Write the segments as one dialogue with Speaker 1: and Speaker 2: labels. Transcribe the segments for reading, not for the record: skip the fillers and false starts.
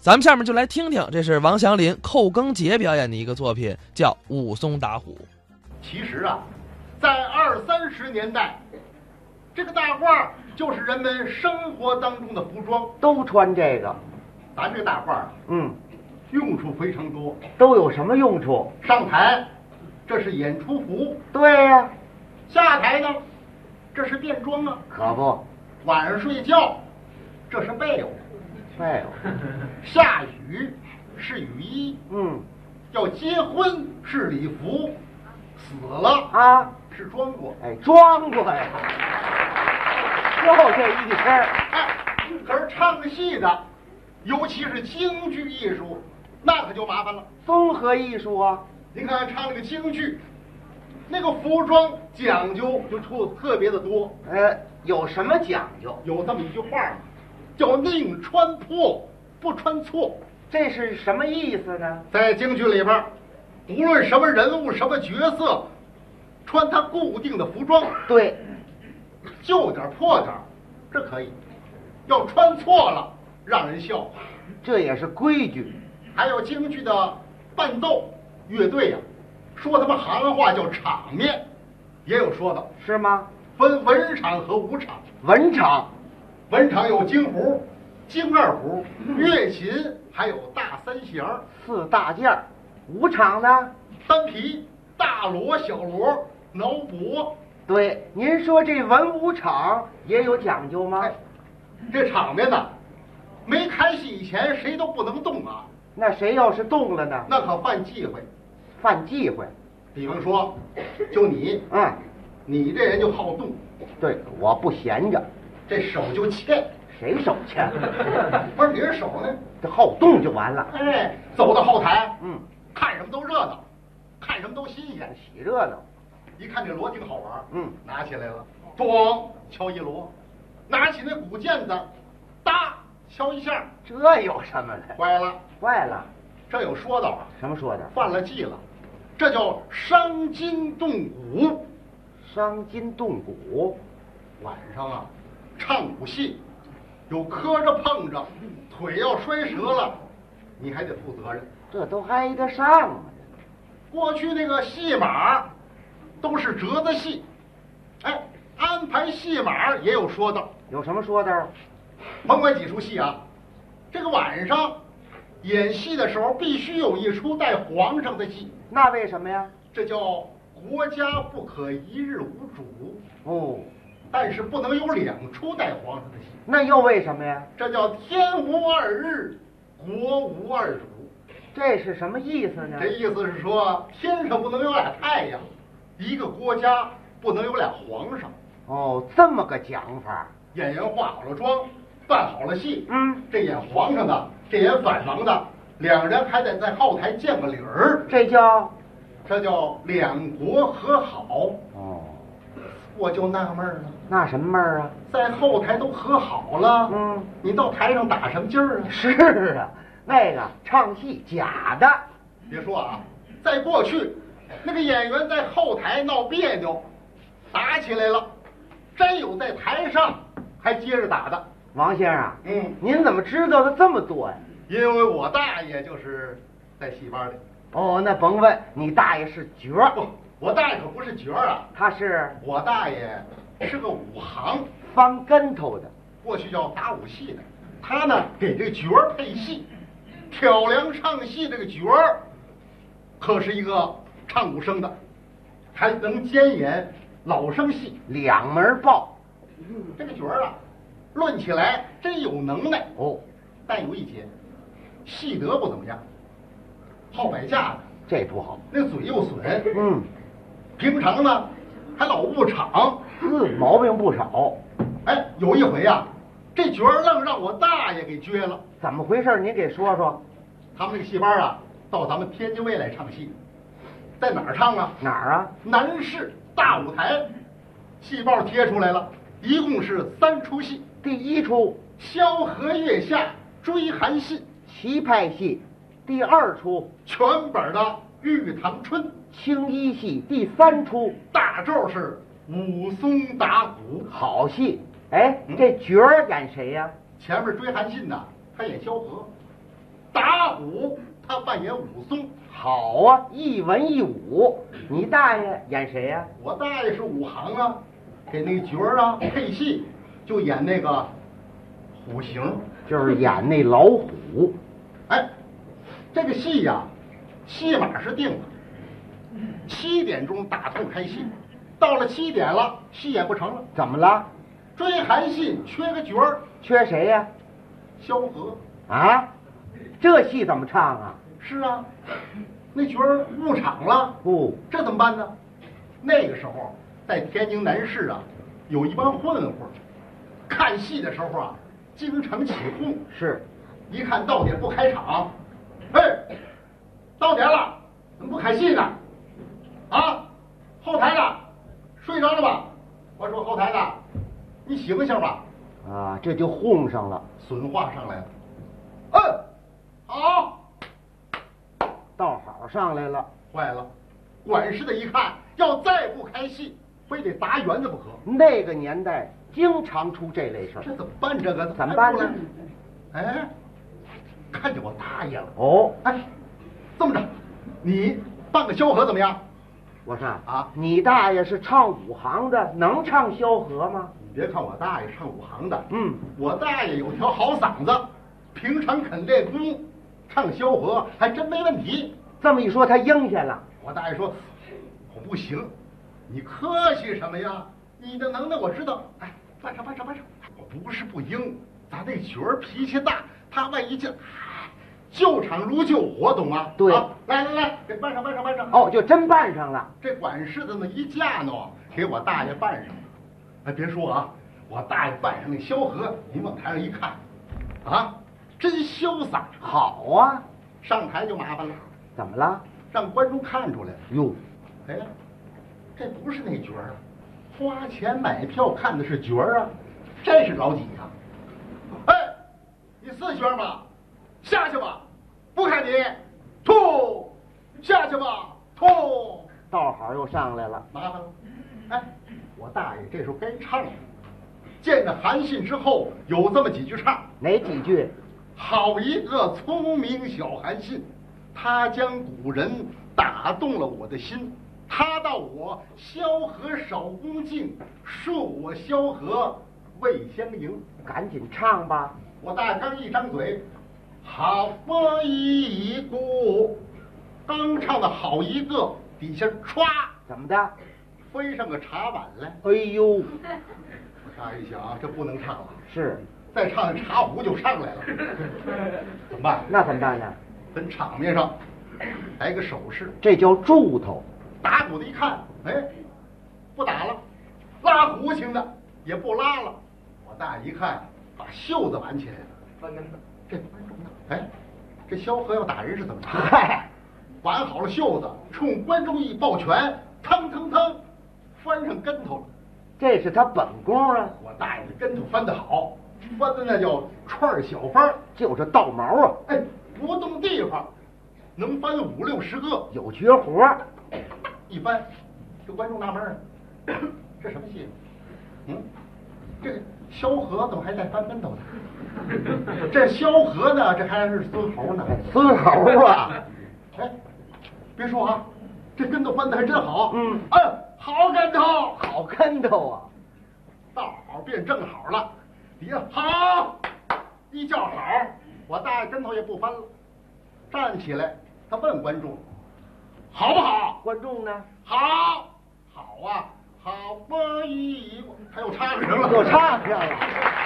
Speaker 1: 咱们下面就来听听，这是王祥林、寇庚杰表演的一个作品，叫《武松打虎》。
Speaker 2: 其实啊，在20、30年代，这个大褂就是人们生活当中的服装，
Speaker 3: 都穿这个。
Speaker 2: 咱这个大褂啊，用处非常多。
Speaker 3: 都有什么用处？
Speaker 2: 上台，这是演出服。
Speaker 3: 对呀、
Speaker 2: 下台呢，这是便装啊。
Speaker 3: 可不。
Speaker 2: 晚上睡觉，这是被窝。
Speaker 3: 被窝。
Speaker 2: 下雨是雨衣。要结婚是礼服。死了
Speaker 3: 啊
Speaker 2: 是装过。
Speaker 3: 哎，装过呀。就这一身。
Speaker 2: 哎，可是唱戏的，尤其是京剧艺术，那可就麻烦了。
Speaker 3: 综合艺术啊。
Speaker 2: 您看唱那个京剧，那个服装讲究就出的特别的多。
Speaker 3: 有什么讲究？
Speaker 2: 有这么一句话嘛，叫宁穿破不穿错。
Speaker 3: 这是什么意思呢？
Speaker 2: 在京剧里边，无论什么人物、什么角色，穿他固定的服装。
Speaker 3: 对，
Speaker 2: 旧点破点，这可以；要穿错了，让人笑话。
Speaker 3: 这也是规矩。
Speaker 2: 还有京剧的伴奏乐队呀、说他们行话叫场面，也有说的。
Speaker 3: 是吗？
Speaker 2: 分文场和武场。
Speaker 3: 文场，
Speaker 2: 文场有京胡、京二胡、乐琴，还有大三弦、
Speaker 3: 四大件儿。武场呢？
Speaker 2: 单皮、大锣、小锣、挠脖。
Speaker 3: 对，您说这文武场也有讲究吗？
Speaker 2: 这场面呢，没开戏以前谁都不能动啊。
Speaker 3: 那谁要是动了呢？
Speaker 2: 那可犯忌讳。
Speaker 3: 犯忌讳。
Speaker 2: 比方说，就你，你这人就好动。
Speaker 3: 对，我不闲着，
Speaker 2: 这手就欠。
Speaker 3: 谁手欠？
Speaker 2: 不是你这手呢？
Speaker 3: 这好动就完了。
Speaker 2: 哎，走到后台，看什么都热闹，看什么都新鲜，
Speaker 3: 喜热闹。
Speaker 2: 一看这锣挺好玩，拿起来了，咣敲一锣，拿起那鼓键子，哒敲一下。
Speaker 3: 这有什么的？
Speaker 2: 坏了，
Speaker 3: 坏了。
Speaker 2: 这有说道啊。
Speaker 3: 什么说的？
Speaker 2: 犯了忌了，这叫伤筋动骨。
Speaker 3: 伤筋动骨。
Speaker 2: 晚上啊，唱武戏，有磕着碰着，腿要摔折了，你还得负责任。
Speaker 3: 这都挨得上吗？
Speaker 2: 过去那个戏码都是折子戏，哎，安排戏码也有说道。
Speaker 3: 有什么说道？
Speaker 2: 甭管几出戏啊，这个晚上演戏的时候必须有一出带皇上的戏。
Speaker 3: 那为什么呀？
Speaker 2: 这叫国家不可一日无主。
Speaker 3: 哦，
Speaker 2: 但是不能有2出带皇上的戏。
Speaker 3: 那又为什么呀？
Speaker 2: 这叫天无2日，国无2主。
Speaker 3: 这是什么意思呢？
Speaker 2: 这意思是说，天上不能有俩太阳，一个国家不能有俩皇上。
Speaker 3: 哦，这么个讲法。
Speaker 2: 演员化好了妆，办好了戏，这演皇上的，这演反王的，2人还得在后台见个理儿。
Speaker 3: 这叫
Speaker 2: 2国和好。
Speaker 3: 哦，
Speaker 2: 我就纳闷了，
Speaker 3: 那什么闷儿啊？
Speaker 2: 在后台都和好了，你到台上打什么劲儿啊？
Speaker 3: 是啊，那个唱戏假的。
Speaker 2: 别说啊，在过去，那个演员在后台闹别扭，打起来了，真有在台上还接着打的。
Speaker 3: 王先生，您怎么知道的这么多呀？
Speaker 2: 因为我大爷就是在戏班里。
Speaker 3: 哦，那甭问，你大爷是角儿。
Speaker 2: 不，我大爷可不是角儿啊，
Speaker 3: 他是
Speaker 2: 我大爷是个武行，
Speaker 3: 翻跟头的，
Speaker 2: 过去叫打武戏的。他呢给这角儿配戏，挑梁唱戏。这个角儿可是一个唱武生的，还能兼演老生戏
Speaker 3: 2门报。
Speaker 2: 这个角儿啊，论起来真有能耐
Speaker 3: 哦，
Speaker 2: 但有一节，戏德不怎么样，好摆架子，
Speaker 3: 这不好。
Speaker 2: 那嘴又损，平常呢还老误场，
Speaker 3: 毛病不少。
Speaker 2: 哎，有一回啊，这角儿愣让我大爷给撅了。
Speaker 3: 怎么回事？您给说说。
Speaker 2: 他们这个戏班啊，到咱们天津卫来唱戏，在哪儿唱啊？
Speaker 3: 哪儿啊？
Speaker 2: 南市大舞台，戏报贴出来了，一共是3出戏。
Speaker 3: 第1出
Speaker 2: 萧何月下追韩信，
Speaker 3: 棋派戏；第2出
Speaker 2: 全本的玉堂春，
Speaker 3: 青衣戏；第3出
Speaker 2: 大咒是武松打虎。
Speaker 3: 好戏。哎，这角儿演谁呀？
Speaker 2: 前面追韩信的，他演萧何； 虎，他扮演武松。
Speaker 3: 好啊，一文一武。你大爷演谁呀？
Speaker 2: 我大爷是武行啊，给那个角儿啊配戏，就演那个虎形，
Speaker 3: 就是演那老虎。
Speaker 2: 哎，这个戏呀，戏码是定的，7点钟打通开戏，到了7点了，戏演不成了。
Speaker 3: 怎么了？
Speaker 2: 追韩信缺个角儿，
Speaker 3: 缺谁呀？
Speaker 2: 萧何。
Speaker 3: 啊，这戏怎么唱啊？
Speaker 2: 是啊，那角儿误场了。
Speaker 3: 不，
Speaker 2: 这怎么办呢？那个时候在天津南市啊，有一帮混混，看戏的时候啊，经常起哄。
Speaker 3: 是，
Speaker 2: 一看到点不开场，哎，到点了，怎么不开戏呢？啊，后台的睡着了吧？我说后台的，你醒醒吧。
Speaker 3: 啊，这就哄上了，
Speaker 2: 损话上来了。嗯，好，
Speaker 3: 道好上来了。
Speaker 2: 坏了，管事的一看，要再不开戏，非得砸园子不可。
Speaker 3: 那个年代经常出这类事儿，
Speaker 2: 这怎么办？这个
Speaker 3: 怎么办呢？
Speaker 2: 哎，看见我大爷了。
Speaker 3: 哦，
Speaker 2: 哎，这么着，你扮个萧何怎么样？
Speaker 3: 我说
Speaker 2: 啊，
Speaker 3: 你大爷是唱武行的，能唱萧何吗？
Speaker 2: 你别看我大爷唱武行的，
Speaker 3: 我
Speaker 2: 我大爷有条好嗓子，平常肯练功，唱萧何还真没问题。
Speaker 3: 这么一说，他应下了。
Speaker 2: 我大爷说，我不行，你客气什么呀？你的能耐我知道。哎，办上。我不是不应，咱那角儿脾气大，他万一救场如救火，懂吗？
Speaker 3: 对
Speaker 2: 啊，来，给办上。
Speaker 3: 哦，就真办上了。
Speaker 2: 这管事的呢一架喏，给我大爷办上了。哎，别说啊，我大爷办上那萧何，您往台上一看，啊，真潇洒。
Speaker 3: 好啊，
Speaker 2: 上台就麻烦了，
Speaker 3: 怎么了？
Speaker 2: 让观众看出来了。
Speaker 3: 哟，
Speaker 2: 哎，这不是那角儿啊，花钱买票看的是角儿啊，这是老几呀？哎，你是角儿吗？下去吧，不看你，吐，下去吧，吐。
Speaker 3: 道好又上来了。
Speaker 2: 麻烦了。哎，我大爷这时候该唱了。见着韩信之后，有这么几句唱。
Speaker 3: 哪几句？
Speaker 2: 好一个聪明小韩信，他将古人打动了我的心。他道我萧何少恭敬，恕我萧何未相迎。
Speaker 3: 赶紧唱吧。
Speaker 2: 我大爷刚一张嘴，好一个，刚唱的好一个，底下歘，
Speaker 3: 怎么的？
Speaker 2: 飞上个茶碗来。
Speaker 3: 哎呦，
Speaker 2: 我大爷一想，这不能唱了，
Speaker 3: 是，
Speaker 2: 再唱茶壶就上来了，怎么办？
Speaker 3: 那怎么办呢？
Speaker 2: 跟场面上来个手势。
Speaker 3: 这叫柱头。
Speaker 2: 打鼓的一看，哎，不打了，拉胡琴的也不拉了。我大爷一看，把袖子挽起来了。这观众呢？哎，这萧何要打人是怎么着？
Speaker 3: 嗨，
Speaker 2: 挽好了袖子，冲观众一抱拳，腾翻上跟头了。
Speaker 3: 这是他本功啊。
Speaker 2: 我大爷的跟头翻得好，翻的那叫串小翻，
Speaker 3: 就是倒毛啊。
Speaker 2: 哎，不动地方，能翻5、60个，
Speaker 3: 有绝活。
Speaker 2: 一翻，这观众纳闷了，这什么戏？这个萧何怎么还带翻跟头的？这萧何呢，这还是孙猴呢。
Speaker 3: 孙猴啊！
Speaker 2: 哎，别说啊，这跟头翻的还真好。好跟头，
Speaker 3: 好跟头啊！
Speaker 2: 倒好变正好了，底下好，一叫好，我大爷跟头也不翻了，站起来，他问观众，好不好？
Speaker 3: 观众呢？
Speaker 2: 好，好啊，好不一，他又插上了，
Speaker 3: 又唱上了。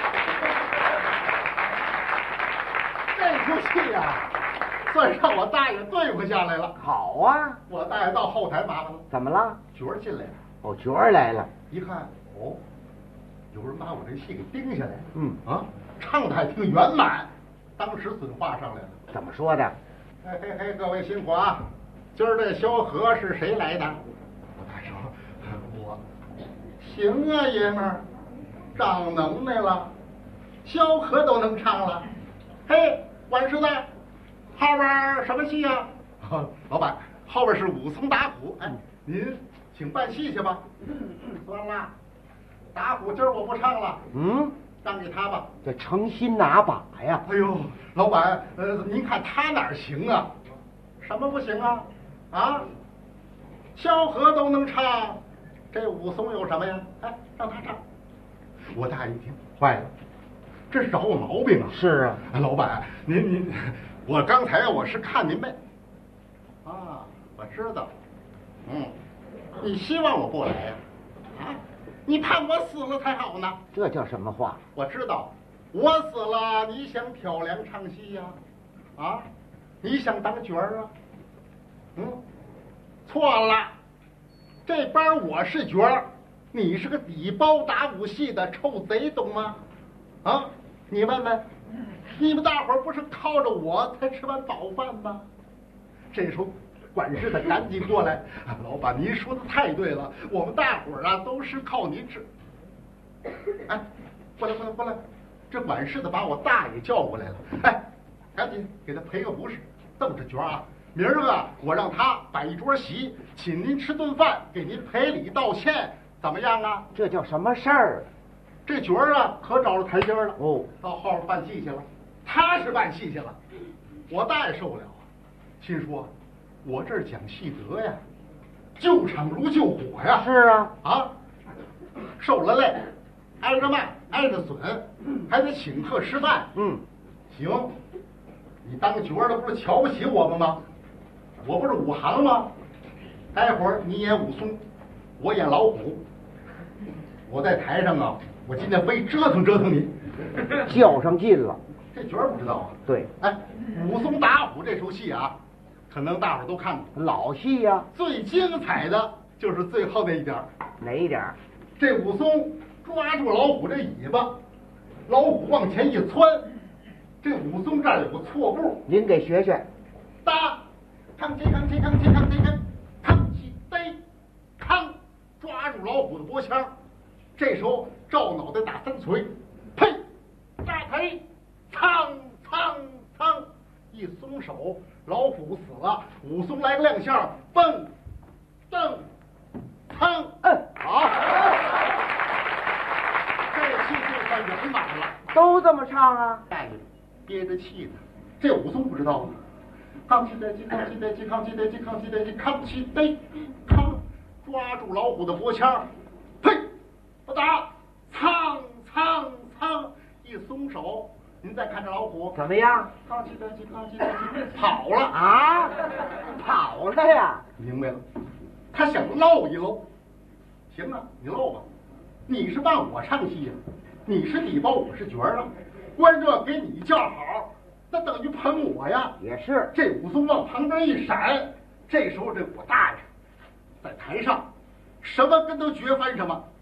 Speaker 2: 这出戏啊，算让我大爷对付下来了。
Speaker 3: 好啊，
Speaker 2: 我大爷到后台麻烦了，
Speaker 3: 怎么了？
Speaker 2: 角儿进来了，
Speaker 3: 哦，角儿来了。
Speaker 2: 一看，哦，有人把我这戏给盯下来了。
Speaker 3: 嗯，
Speaker 2: 唱的还挺圆满。当时损话上来了，
Speaker 3: 怎么说的？
Speaker 2: 嘿，各位辛苦啊！今儿这萧何是谁来的？我大爷说，我。行啊，爷们儿，长能耐了，萧何都能唱了。嘿，管事的，后边什么戏呀？老板，后边是武松打虎。哎，您请办戏去吧。算了，打虎今儿我不唱了。 让给他吧。
Speaker 3: 这诚心拿把呀！
Speaker 2: 哎呦，老板，您看他哪儿行啊？什么不行啊？啊，萧何都能唱，这武松有什么呀？哎，让他唱。我大爷一听，坏了，这是找我毛病啊！
Speaker 3: 是啊，
Speaker 2: 哎，老板，您，我刚才我是看您呗。啊，我知道。你希望我不来呀？啊，你盼我死了才好呢。
Speaker 3: 这叫什么话？
Speaker 2: 我知道，我死了，你想挑梁唱戏呀？啊，你想当角儿啊？错了，这班我是角儿，你是个底包打武戏的臭贼，懂吗？啊，你问问，你们大伙儿不是靠着我才吃完饱饭吗？这时候管事的赶紧过来，老板您说的太对了，我们大伙儿啊都是靠您吃。哎，过来，这管事的把我大爷叫过来了，哎，赶紧给他赔个不是，瞪着角啊。明儿个我让他摆一桌席，请您吃顿饭，给您赔礼道歉，怎么样啊？
Speaker 3: 这叫什么事儿？
Speaker 2: 这角儿啊，可找着台阶了。
Speaker 3: 哦，
Speaker 2: 到后边办戏去了，他是办戏去了，我大爷受不了啊，心说，我这儿讲戏德呀，救场如救火呀。
Speaker 3: 是啊，
Speaker 2: 啊，受了累，挨着骂，挨着损，还得请客吃饭。行，你当角儿的不是瞧不起我们吗？我不是武行吗？待会儿你演武松，我演老虎。我在台上啊，我今天非折腾折腾你。
Speaker 3: 较上劲了。
Speaker 2: 这角儿不知道啊？
Speaker 3: 对，
Speaker 2: 哎，武松打虎这出戏啊，可能大伙儿都看过。
Speaker 3: 老戏呀。
Speaker 2: 最精彩的就是最后那一点儿。
Speaker 3: 哪一点？
Speaker 2: 这武松抓住老虎这尾巴，老虎往前一窜，这武松这儿有个错步，
Speaker 3: 您给学学。
Speaker 2: 搭，吭哧吭哧吭哧吭哧吭，吭起逮，吭，抓住老虎的脖腔，这时候照脑袋打3锤，呸，扎腿，苍苍苍，一松手，老虎死了，武松来个亮相，蹦，蹬，噌，好，这戏就算圆满了。
Speaker 3: 都这么唱啊？
Speaker 2: 大爷憋着气呢，这武松不知道啊。吭起得起，吭起得起，吭起得起，吭起得起，吭起得，吭，抓住老虎的脖腔，呸，不打，苍苍苍，一松手，您再看这老虎
Speaker 3: 怎么样？
Speaker 2: 吭起得起，吭起得起，跑了
Speaker 3: 啊？跑了呀？
Speaker 2: 明白了，他想露一露。行啊，你露吧，你是伴我唱戏呀，你是底包，我是角儿啊，观众给你叫好，那等于捧我呀。
Speaker 3: 也是。
Speaker 2: 这武松往旁边一闪，这时候这我大爷在台上什么跟头绝翻什么，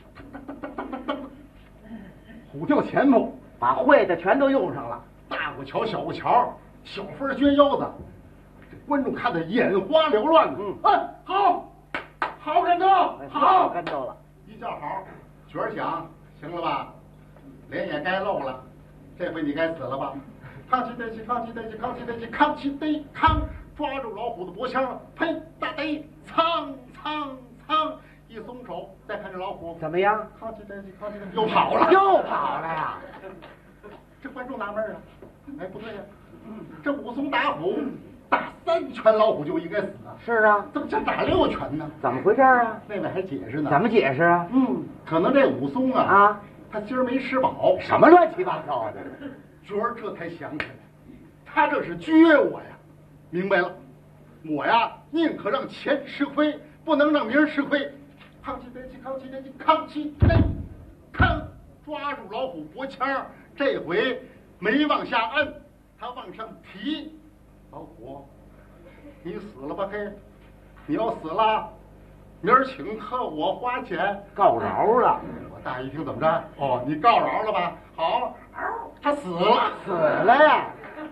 Speaker 2: 虎跳前头，
Speaker 3: 把会的全都用上了。
Speaker 2: 大鼓桥、小鼓桥，小分撅腰子，这观众看得眼花缭乱的。好，好跟头，好
Speaker 3: 跟头了。
Speaker 2: 一叫好，角儿响，行了吧？脸也该露了，这回你该死了吧？吭起得起，吭起得起，吭起得起，吭起得吭，抓住老虎的脖腔，呸，大逮，苍苍苍，一松手，再看这老虎
Speaker 3: 怎么样？
Speaker 2: 吭起得起，吭起得起，又跑了，
Speaker 3: 又跑了呀？
Speaker 2: 这观众纳闷了，哎，不对呀，这武松打虎，打3拳老虎就应该死啊。
Speaker 3: 是啊。
Speaker 2: 怎么就打6拳呢？
Speaker 3: 怎么回事啊？
Speaker 2: 那位还解释呢。
Speaker 3: 怎么解释啊？
Speaker 2: 可能这武松啊，他今儿没吃饱。
Speaker 3: 什么乱七八糟的？
Speaker 2: 角儿这才想起来，他这是撅我呀！明白了，我呀宁可让钱吃亏，不能让名儿吃亏。吭起得起，吭起得起，吭起得，吭，抓住老虎脖腔，这回没往下摁，他往上提。老虎，你死了吧嘿！你要死了，明儿请客我花钱。
Speaker 3: 告饶了。
Speaker 2: 我大爷一听怎么着？哦，你告饶了吧？好，他死了，
Speaker 3: 死了呀！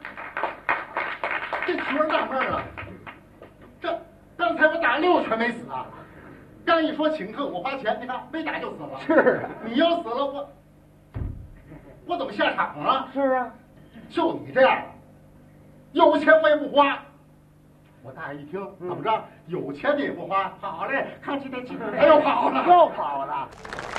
Speaker 2: 这角儿纳闷了，这刚才我打6拳没死啊，刚一说请客我花钱，你看没打就死了。
Speaker 3: 是啊。
Speaker 2: 你要死了我怎么下场啊？
Speaker 3: 是啊。
Speaker 2: 就你这样，有钱我也不花。我大爷一听怎么着？有钱你也不花？好嘞，看起得起，哎呦跑了，
Speaker 3: 又跑了。